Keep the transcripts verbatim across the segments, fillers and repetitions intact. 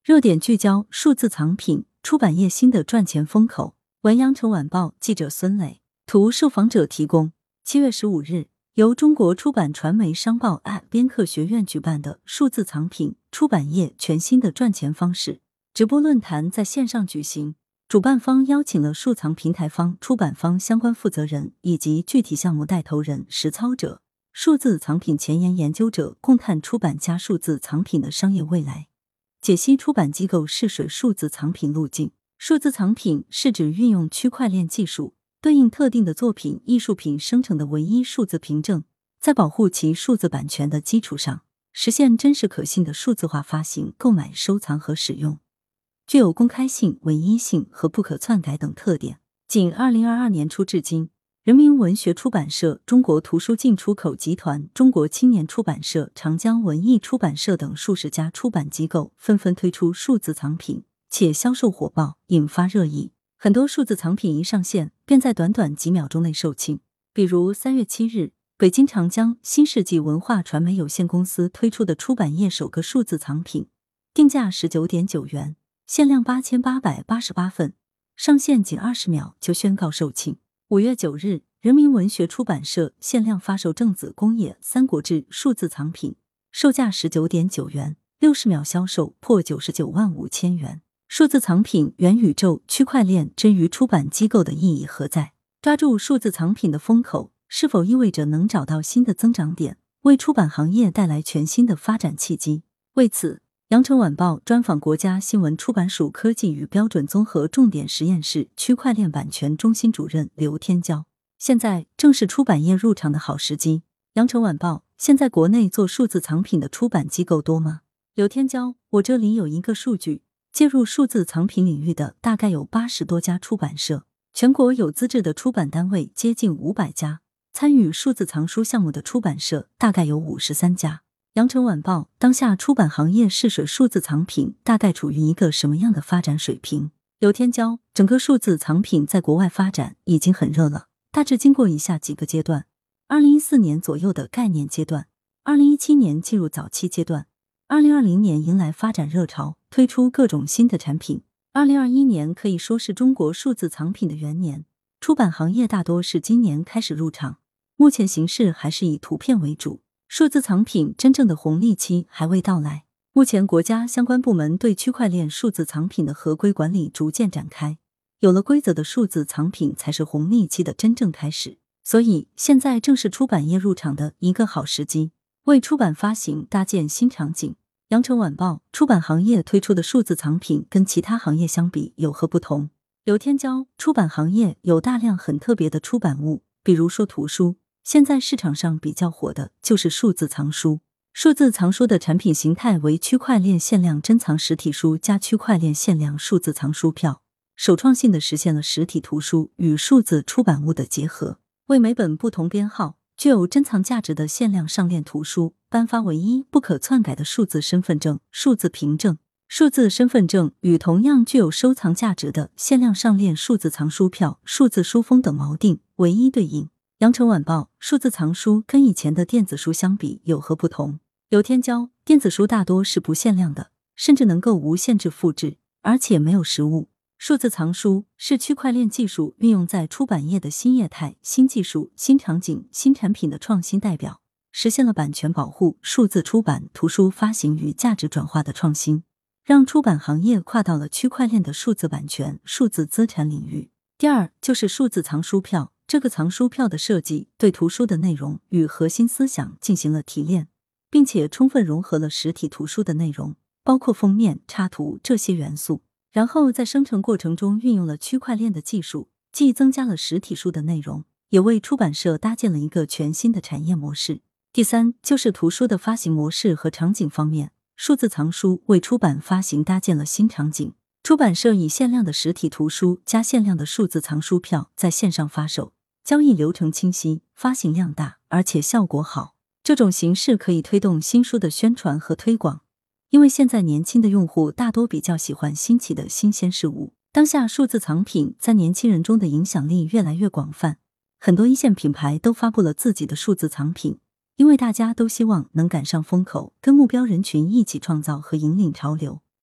热点聚焦数字藏品，出版业新的赚钱风口。文阳城晚报记者孙磊，图受访者提供。七月十五日，由中国出版传媒商报 A 编课学院举办的数字藏品出版业全新的赚钱方式直播论坛在线上举行，主办方邀请了数藏平台方、出版方相关负责人以及具体项目带头人、实操者、数字藏品前沿研究者，共探出版加数字藏品的商业未来，解析出版机构试水数字藏品路径。数字藏品是指运用区块链技术对应特定的作品、艺术品生成的唯一数字凭证，在保护其数字版权的基础上，实现真实可信的数字化发行、购买、收藏和使用，具有公开性、唯一性和不可篡改等特点。仅二零二二年初至今，人民文学出版社、中国图书进出口集团、中国青年出版社、长江文艺出版社等数十家出版机构纷纷推出数字藏品，且销售火爆，引发热议。很多数字藏品一上线，便在短短几秒钟内售罄。比如三月七日，北京长江新世纪文化传媒有限公司推出的出版业首个数字藏品，定价 十九点九元，限量八千八百八十八份，上线仅二十秒就宣告售罄。五月九日，人民文学出版社限量发售正子宫野《三国志》数字藏品，售价 十九点九元，六十秒销售破九十九万五千元。数字藏品、元宇宙、区块链之于出版机构的意义何在？抓住数字藏品的风口，是否意味着能找到新的增长点，为出版行业带来全新的发展契机？为此，羊城晚报专访国家新闻出版署科技与标准综合重点实验室区块链版权中心主任刘天骄。现在正是出版业入场的好时机。羊城晚报，现在国内做数字藏品的出版机构多吗？刘天骄，我这里有一个数据，介入数字藏品领域的大概有八十多家出版社，全国有资质的出版单位接近五百家，参与数字藏书项目的出版社大概有五十三家。羊城晚报，当下出版行业试水数字藏品大概处于一个什么样的发展水平？刘天骄，整个数字藏品在国外发展已经很热了，大致经过以下几个阶段：二零一四年左右的概念阶段，二零一七年进入早期阶段，二零二零年迎来发展热潮，推出各种新的产品。二零二一年可以说是中国数字藏品的元年，出版行业大多是今年开始入场，目前形势还是以图片为主，数字藏品真正的红利期还未到来。目前国家相关部门对区块链数字藏品的合规管理逐渐展开，有了规则的数字藏品才是红利期的真正开始。所以现在正是出版业入场的一个好时机，为出版发行搭建新场景。羊城晚报，出版行业推出的数字藏品跟其他行业相比有何不同？刘天骄，出版行业有大量很特别的出版物，比如说图书，现在市场上比较火的就是数字藏书。数字藏书的产品形态为区块链限量珍藏实体书加区块链限量数字藏书票，首创性的实现了实体图书与数字出版物的结合，为每本不同编号具有珍藏价值的限量上链图书颁发唯一不可篡改的数字身份证、数字凭证。数字身份证与同样具有收藏价值的限量上链数字藏书票、数字书封等锚定，唯一对应。羊城晚报，数字藏书跟以前的电子书相比有何不同？刘天骄，电子书大多是不限量的，甚至能够无限制复制，而且没有实物。数字藏书是区块链技术运用在出版业的新业态、新技术、新场景、新产品的创新代表，实现了版权保护、数字出版、图书发行与价值转化的创新，让出版行业跨到了区块链的数字版权、数字资产领域。第二，就是数字藏书票，这个藏书票的设计对图书的内容与核心思想进行了提炼，并且充分融合了实体图书的内容，包括封面、插图这些元素，然后在生成过程中运用了区块链的技术，既增加了实体书的内容，也为出版社搭建了一个全新的产业模式。第三，就是图书的发行模式和场景方面，数字藏书为出版发行搭建了新场景。出版社以限量的实体图书加限量的数字藏书票在线上发售，交易流程清晰，发行量大，而且效果好。这种形式可以推动新书的宣传和推广，因为现在年轻的用户大多比较喜欢新奇的新鲜事物。当下数字藏品在年轻人中的影响力越来越广泛，很多一线品牌都发布了自己的数字藏品，因为大家都希望能赶上风口，跟目标人群一起创造和引领潮流。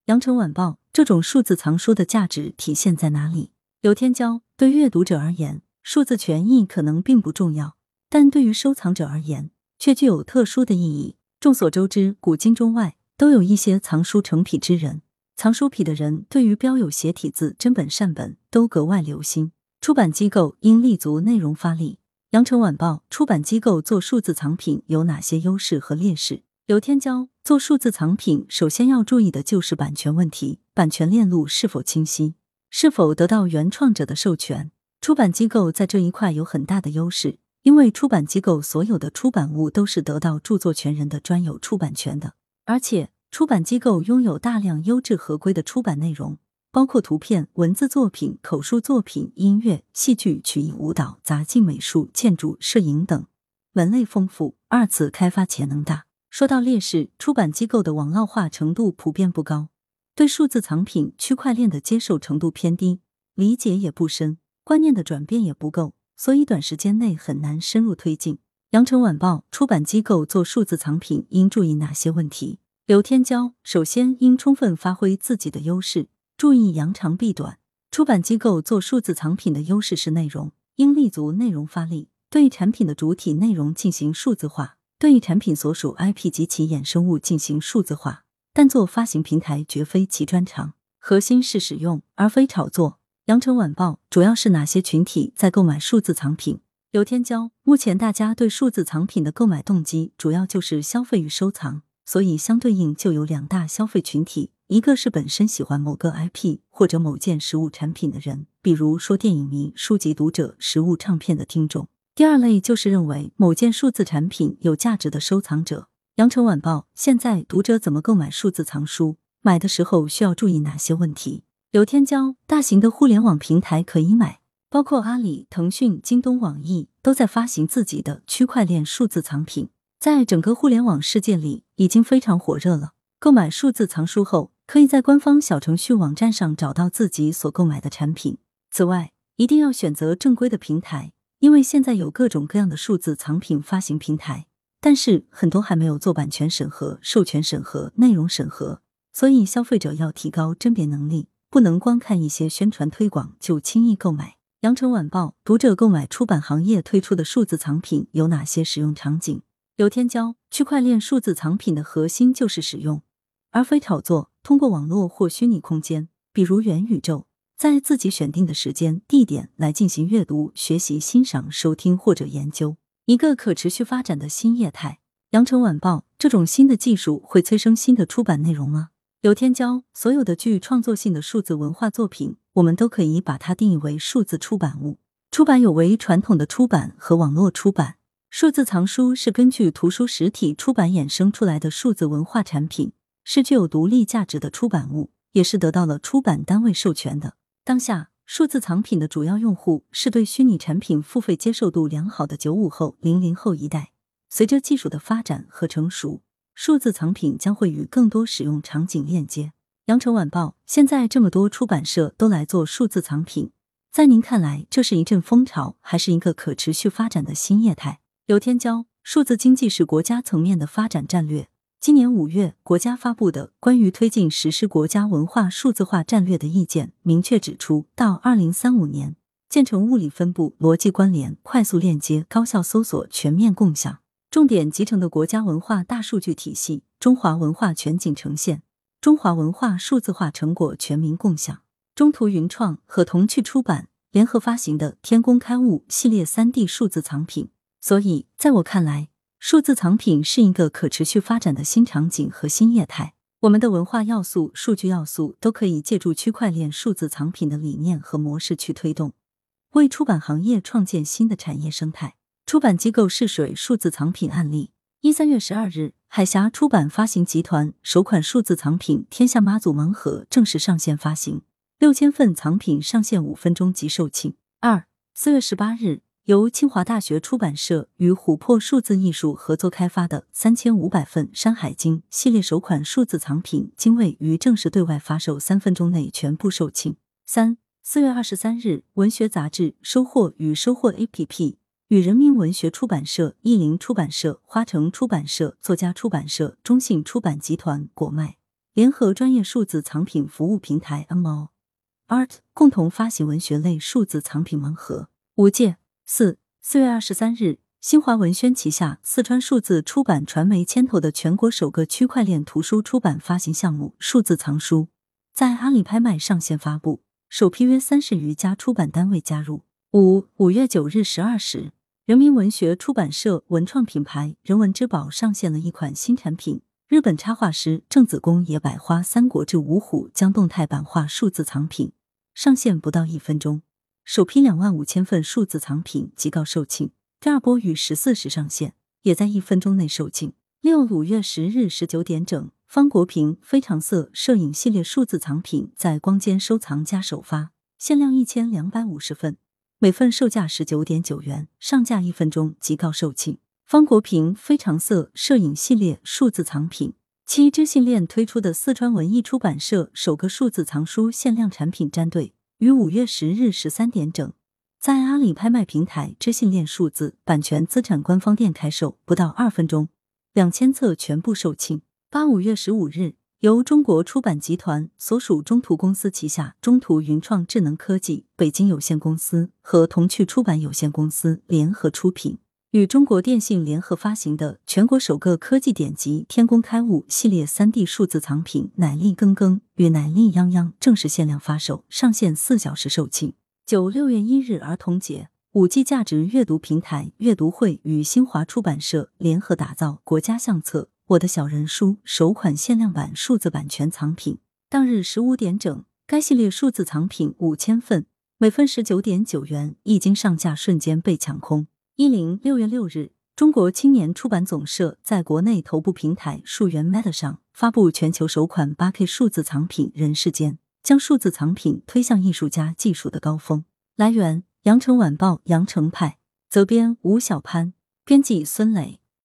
羊城晚报，这种数字藏书的价值体现在哪里？刘天骄，对阅读者而言，数字权益可能并不重要，但对于收藏者而言，却具有特殊的意义。众所周知，古今中外都有一些藏书成癖之人，藏书癖的人对于标有斜体字、真本善本都格外留心。出版机构应立足内容发力。羊城晚报，出版机构做数字藏品有哪些优势和劣势？刘天骄，做数字藏品首先要注意的就是版权问题，版权链路是否清晰，是否得到原创者的授权。出版机构在这一块有很大的优势，因为出版机构所有的出版物都是得到著作权人的专有出版权的，而且出版机构拥有大量优质合规的出版内容，包括图片、文字作品、口述作品、音乐、戏剧、曲艺、舞蹈、杂技、美术、建筑、摄影等，门类丰富，二次开发潜能大。说到劣势，出版机构的网络化程度普遍不高，对数字藏品区块链的接受程度偏低，理解也不深，观念的转变也不够，所以短时间内很难深入推进。羊城晚报，出版机构做数字藏品应注意哪些问题？刘天骄，首先应充分发挥自己的优势，注意扬长避短。出版机构做数字藏品的优势是内容，应立足内容发力，对产品的主体内容进行数字化，对产品所属 I P 及其衍生物进行数字化，但做发行平台绝非其专长，核心是使用而非炒作。羊城晚报，主要是哪些群体在购买数字藏品？刘天骄，目前大家对数字藏品的购买动机主要就是消费与收藏，所以相对应就有两大消费群体，一个是本身喜欢某个 I P 或者某件实物产品的人，比如说电影迷、书籍读者、实物唱片的听众。第二类就是认为某件数字产品有价值的收藏者。羊城晚报，现在读者怎么购买数字藏书？买的时候需要注意哪些问题？刘天骄，大型的互联网平台可以买，包括阿里、腾讯、京东、网易都在发行自己的区块链数字藏品，在整个互联网世界里已经非常火热了。购买数字藏书后，可以在官方小程序网站上找到自己所购买的产品。此外，一定要选择正规的平台，因为现在有各种各样的数字藏品发行平台，但是很多还没有做版权审核、授权审核、内容审核，所以消费者要提高甄别能力，不能光看一些宣传推广就轻易购买。羊城晚报，读者购买出版行业推出的数字藏品有哪些使用场景？刘天骄，区块链数字藏品的核心就是使用，而非炒作，通过网络或虚拟空间，比如元宇宙，在自己选定的时间、地点来进行阅读、学习、欣赏、收听或者研究，一个可持续发展的新业态。羊城晚报，这种新的技术会催生新的出版内容吗？刘天骄，所有的具创作性的数字文化作品，我们都可以把它定义为数字出版物。出版有为传统的出版和网络出版，数字藏书是根据图书实体出版衍生出来的数字文化产品，是具有独立价值的出版物，也是得到了出版单位授权的。当下，数字藏品的主要用户是对虚拟产品付费接受度良好的九五后、零零后一代。随着技术的发展和成熟，数字藏品将会与更多使用场景链接。羊城晚报，现在这么多出版社都来做数字藏品，在您看来，这是一阵风潮，还是一个可持续发展的新业态？刘天骄，数字经济是国家层面的发展战略。今年五月，国家发布的关于推进实施国家文化数字化战略的意见明确指出，到二零三五年，建成物理分布、逻辑关联、快速链接、高效搜索、全面共享，重点集成的国家文化大数据体系，中华文化全景呈现，中华文化数字化成果全民共享。中途云创和童趣出版联合发行的天工开物系列 三 D 数字藏品。所以，在我看来，数字藏品是一个可持续发展的新场景和新业态。我们的文化要素、数据要素都可以借助区块链数字藏品的理念和模式去推动，为出版行业创建新的产业生态。出版机构试水数字藏品案例。一三月十二日，海峡出版发行集团首款数字藏品《天下妈祖盲盒》正式上线发行，六千份藏品上线五分钟即售罄。二、四月十八日，由清华大学出版社与琥珀数字艺术合作开发的三千五百份《山海经》系列首款数字藏品经未于正式对外发售三分钟内全部售罄。三、四月二十三日，文学杂志收获与收获 A P P 与人民文学出版社、译林出版社、花城出版社、作家出版社、中信出版集团、果麦、 联合专业数字藏品服务平台 M O Art 共同发行文学类数字藏品盲盒。五届四四月二十三日，新华文轩旗下四川数字出版传媒牵头的全国首个区块链图书出版发行项目数字藏书在阿里拍卖上线发布，首批约三十余家出版单位加入。五五月九日十二时，人民文学出版社文创品牌人文之宝上线了一款新产品，日本插画师郑子宫野百花三国志五虎将动态版画数字藏品，上线不到一分钟，首批两万五千份数字藏品即告售罄。第二波于十四时上线，也在一分钟内售罄。六五月十日十九点整，方国平非常色摄影系列数字藏品在光间收藏家首发，限量一千两百五十份，每份售价 十九点九元，上架一分钟即告售罄。方国平非常色摄影系列数字藏品，其知信链推出的四川文艺出版社首个数字藏书限量产品战队，于五月十日十三点整，在阿里拍卖平台知信链数字版权资产官方店开售，不到二分钟，两千册全部售罄。八五月十五日，由中国出版集团所属中途公司旗下中途云创智能科技北京有限公司和童趣出版有限公司联合出品，与中国电信联合发行的全国首个科技典籍天工开物系列 三 D 数字藏品奶力更更与奶力泱泱正式限量发售，上线四小时售罄。九六月一日儿童节，五 G 价值阅读平台阅读会与新华出版社联合打造国家相册我的小人书首款限量版数字版权藏品。当日十五点整，该系列数字藏品五千份，每份 十九点九元，一经上架瞬间被抢空。一零六月六日，中国青年出版总社在国内头部平台数源 Meta 上发布全球首款 八 K 数字藏品人世间，将数字藏品推向艺术家技术的高峰。来源：羊城晚报羊城派，责编吴小潘，编辑孙磊。